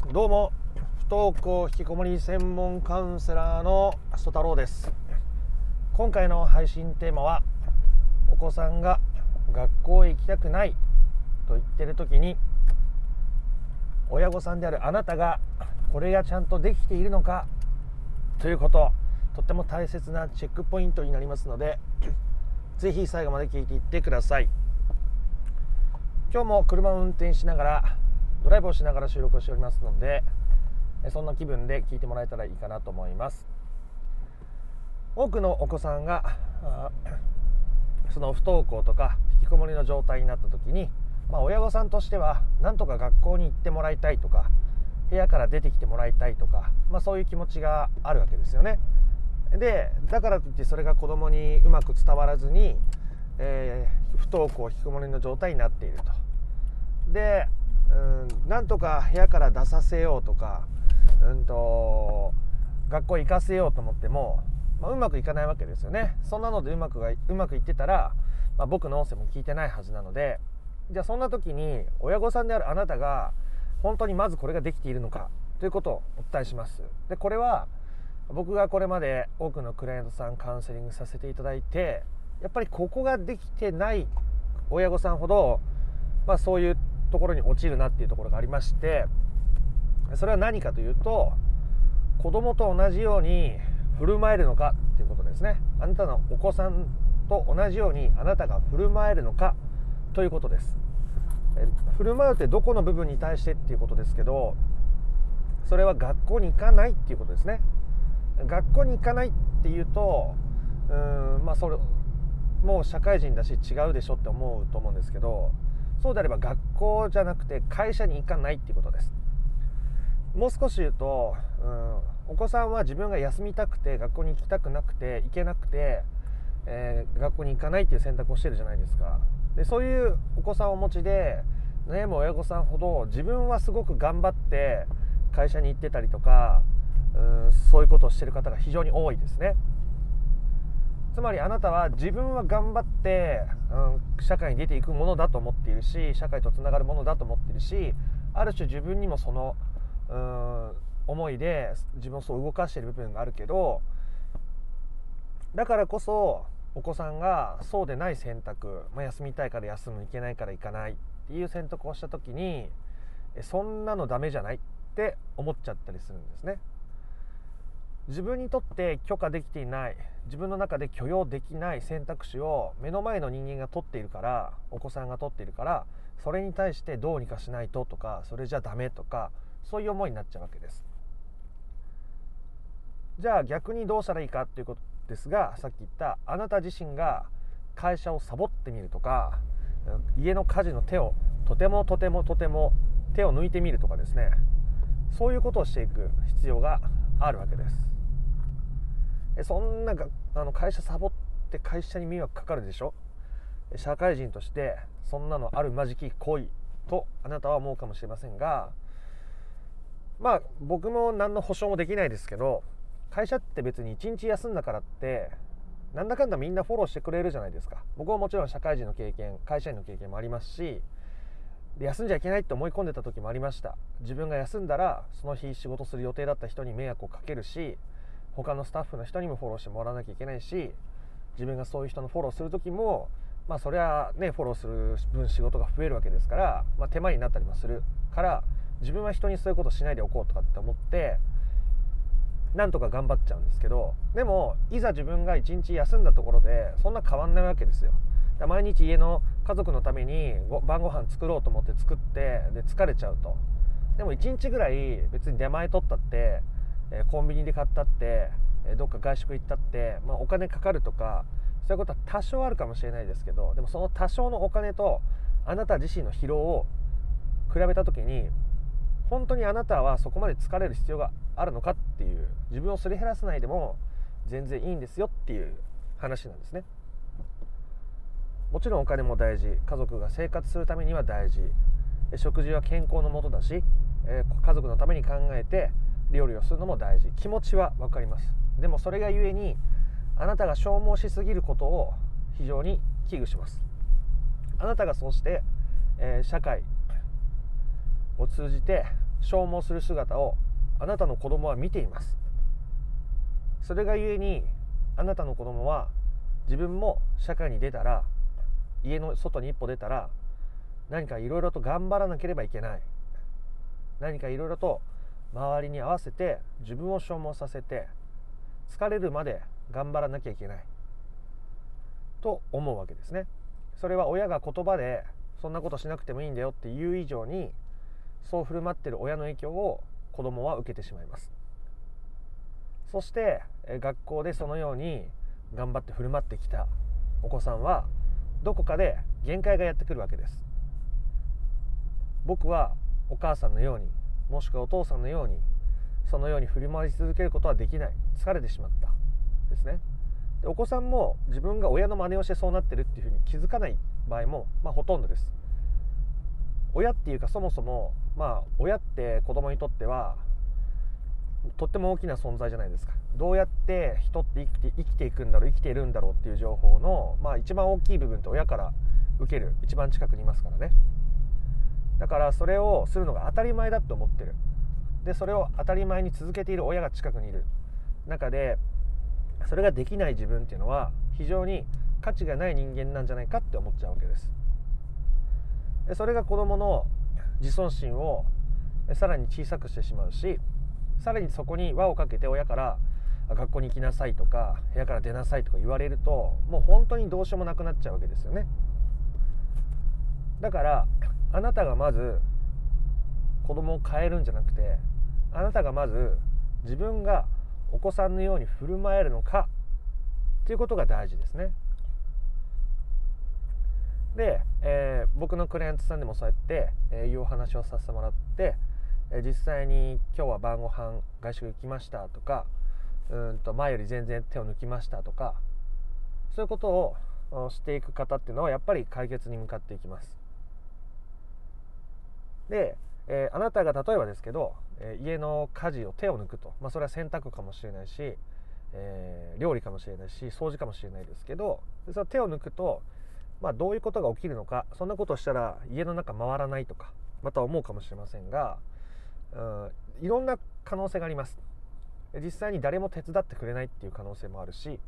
どうも、不登校引きこもり専門カウンセラーの曽太郎です。今回の配信テーマは、お子さんが学校へ行きたくないと言っている時に、親御さんであるあなたがこれがちゃんとできているのかということ、とっても大切なチェックポイントになりますので、ぜひ最後まで聞いていってください。今日も車を運転しながらドライブをしながら収録をしておりますので、そんな気分で聞いてもらえたらいいかなと思います。多くのお子さんがその不登校とか引きこもりの状態になった時に、親御さんとしてはなんとか学校に行ってもらいたいとか、部屋から出てきてもらいたいとか、そういう気持ちがあるわけですよね。で、だからといってそれが子供にうまく伝わらずに、不登校引きこもりの状態になっていると。で、なんとか部屋から出させようとか、学校行かせようと思っても、うまくいかないわけですよね。そんなのでうまくいってたら、僕の音声も聞いてないはずなので、じゃあそんな時に親御さんであるあなたが本当にまずこれができているのかということをお伝えします。で、これは僕がこれまで多くのクライアントさんカウンセリングさせていただいて、やっぱりここができてない親御さんほど、そういうところに落ちるなっていうところがありまして、それは何かというと、子供と同じように振る舞えるのかっていうことですね。あなたのお子さんと同じようにあなたが振る舞えるのかということです。振る舞うってどこの部分に対してっていうことですけど、それは学校に行かないっていうことですね。学校に行かないっていうと、それもう社会人だし違うでしょって思うと思うんですけど、そうであれば学校じゃなくて会社に行かないっていうことです。もう少し言うと、お子さんは自分が休みたくて学校に行きたくなくて行けなくて、学校に行かないっていう選択をしてるじゃないですか。で、そういうお子さんをお持ちで悩む親御さんほど、自分はすごく頑張って会社に行ってたりとか、そういうことをしてる方が非常に多いですね。つまりあなたは自分は頑張って、社会に出ていくものだと思っているし、社会とつながるものだと思っているし、ある種自分にもその思いで自分をそう動かしている部分があるけど、だからこそお子さんがそうでない選択、休みたいから休む、行けないから行かないっていう選択をした時に、そんなのダメじゃないって思っちゃったりするんですね。自分にとって許可できていない、自分の中で許容できない選択肢を目の前の人間が取っているから、お子さんが取っているから、それに対してどうにかしないととか、それじゃダメとか、そういう思いになっちゃうわけです。じゃあ逆にどうしたらいいかということですが、さっき言ったあなた自身が会社をサボってみるとか、家の家事の手をとても手を抜いてみるとかですね、そういうことをしていく必要があるわけです。そんな会社サボって会社に迷惑かかるでしょ。社会人としてそんなのあるまじき行為とあなたは思うかもしれませんが、僕も何の保証もできないですけど、会社って別に一日休んだからってなんだかんだみんなフォローしてくれるじゃないですか。僕はもちろん社会人の経験、会社員の経験もありますし、で休んじゃいけないって思い込んでた時もありました。自分が休んだらその日仕事する予定だった人に迷惑をかけるし、他のスタッフの人にもフォローしてもらわなきゃいけないし、自分がそういう人のフォローする時も、それはね、フォローする分仕事が増えるわけですから、手間になったりもするから、自分は人にそういうことしないでおこうとかって思ってなんとか頑張っちゃうんですけど、でもいざ自分が一日休んだところでそんな変わんないわけですよ。毎日家の家族のために晩ご飯作ろうと思って作って、で疲れちゃうと。でも1日ぐらい別に出前取ったって、コンビニで買ったって、どっか外食行ったって、お金かかるとかそういうことは多少あるかもしれないですけど、でもその多少のお金とあなた自身の疲労を比べた時に、本当にあなたはそこまで疲れる必要があるのかっていう、自分をすり減らさないでも全然いいんですよっていう話なんですね。もちろんお金も大事、家族が生活するためには大事、食事は健康のもとだし、家族のために考えて料理をするのも大事、気持ちは分かります。でもそれがゆえにあなたが消耗しすぎることを非常に危惧します。あなたがそうして、社会を通じて消耗する姿をあなたの子供は見ています。それがゆえにあなたの子供は自分も社会に出たら、家の外に一歩出たら何かいろいろと頑張らなければいけない、何かいろいろと周りに合わせて自分を消耗させて疲れるまで頑張らなきゃいけないと思うわけですね。それは親が言葉でそんなことしなくてもいいんだよって言う以上に、そう振る舞っている親の影響を子供は受けてしまいます。そして学校でそのように頑張って振る舞ってきたお子さんはどこかで限界がやってくるわけです。僕はお母さんのように、もしくはお父さんのようにそのように振り回し続けることはできない、疲れてしまったですね。でお子さんも自分が親の真似をしてそうなってるっていうふうに気づかない場合もほとんどです。親っていうか、そもそも親って子供にとってはとっても大きな存在じゃないですか。どうやって人って生きていくんだろう、生きているんだろうっていう情報の、一番大きい部分って親から受ける一番近くにいますからね。だからそれをするのが当たり前だと思ってる。でそれを当たり前に続けている親が近くにいる中で、それができない自分っていうのは非常に価値がない人間なんじゃないかって思っちゃうわけです。でそれが子どもの自尊心をさらに小さくしてしまうし、さらにそこに輪をかけて親から学校に行きなさいとか部屋から出なさいとか言われると、もう本当にどうしようもなくなっちゃうわけですよね。だからあなたがまず子供を変えるんじゃなくて、あなたがまず自分がお子さんのように振る舞えるのかっていうことが大事ですね。で、僕のクライアントさんでもそうやって、いうお話をさせてもらって、実際に今日は晩ご飯外食行きましたとか、前より全然手を抜きましたとか、そういうことをしていく方っていうのはやっぱり解決に向かっていきます。で、あなたが例えばですけど、家の家事を手を抜くと、それは洗濯かもしれないし、料理かもしれないし、掃除かもしれないですけど、その手を抜くと、どういうことが起きるのか、そんなことをしたら家の中回らないとかまた思うかもしれませんが、いろんな可能性があります。実際に誰も手伝ってくれないっていう可能性もあるし、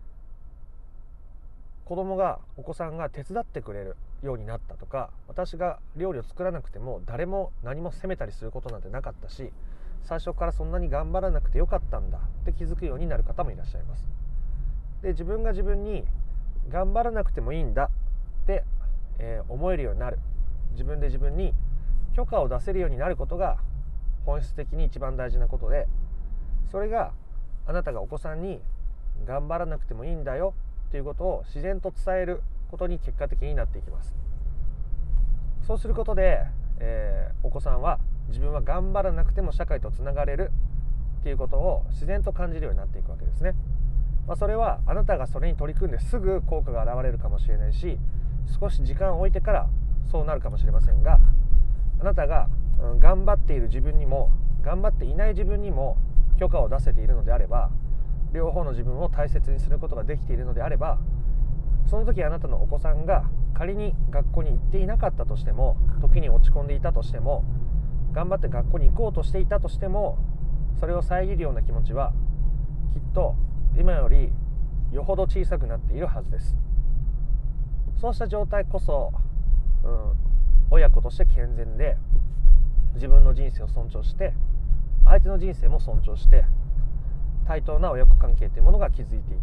お子さんが手伝ってくれるようになったとか、私が料理を作らなくても誰も何も責めたりすることなんてなかったし、最初からそんなに頑張らなくてよかったんだって気づくようになる方もいらっしゃいます。で自分が自分に頑張らなくてもいいんだって、思えるようになる、自分で自分に許可を出せるようになることが本質的に一番大事なことで、それがあなたがお子さんに頑張らなくてもいいんだよということを自然と伝えることに結果的になっていきます。そうすることで、お子さんは自分は頑張らなくても社会とつながれるっていうことを自然と感じるようになっていくわけですね。それはあなたがそれに取り組んですぐ効果が現れるかもしれないし、少し時間を置いてからそうなるかもしれませんが、あなたが頑張っている自分にも頑張っていない自分にも許可を出せているのであれば、両方の自分を大切にすることができているのであれば、その時あなたのお子さんが仮に学校に行っていなかったとしても、時に落ち込んでいたとしても、頑張って学校に行こうとしていたとしても、それを遮るような気持ちはきっと今よりよほど小さくなっているはずです。そうした状態こそ、親子として健全で、自分の人生を尊重して相手の人生も尊重して、対等な親子関係というものが築いていって、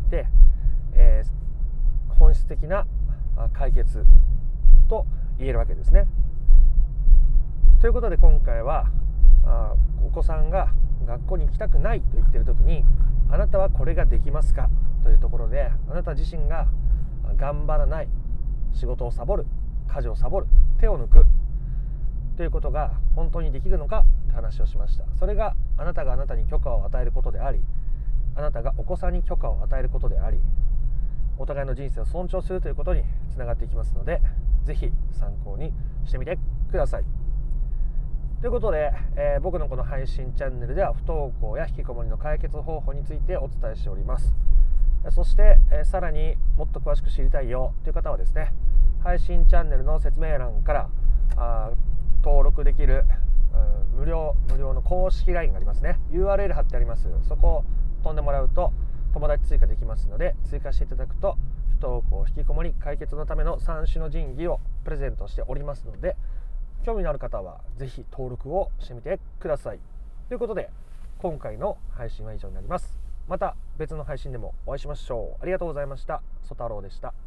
本質的な解決と言えるわけですね。ということで今回はお子さんが学校に行きたくないと言っている時に、あなたはこれができますかというところで、あなた自身が頑張らない、仕事をサボる、家事をサボる、手を抜くということが本当にできるのかという話をしました。それがあなたがあなたに許可を与えることであり、あなたがお子さんに許可を与えることであり、お互いの人生を尊重するということにつながっていきますので、ぜひ参考にしてみてください。ということで、僕のこの配信チャンネルでは不登校や引きこもりの解決方法についてお伝えしております。そして、さらにもっと詳しく知りたいよという方はですね、配信チャンネルの説明欄から登録できる無料の公式 LINE がありますね。 URL 貼ってあります。そこを飛んでもらうと友達追加できますので、追加していただくと不登校引きこもり解決のための3種の神器をプレゼントしておりますので、興味のある方はぜひ登録をしてみてください。ということで今回の配信は以上になります。また別の配信でもお会いしましょう。ありがとうございました。ソ太郎でした。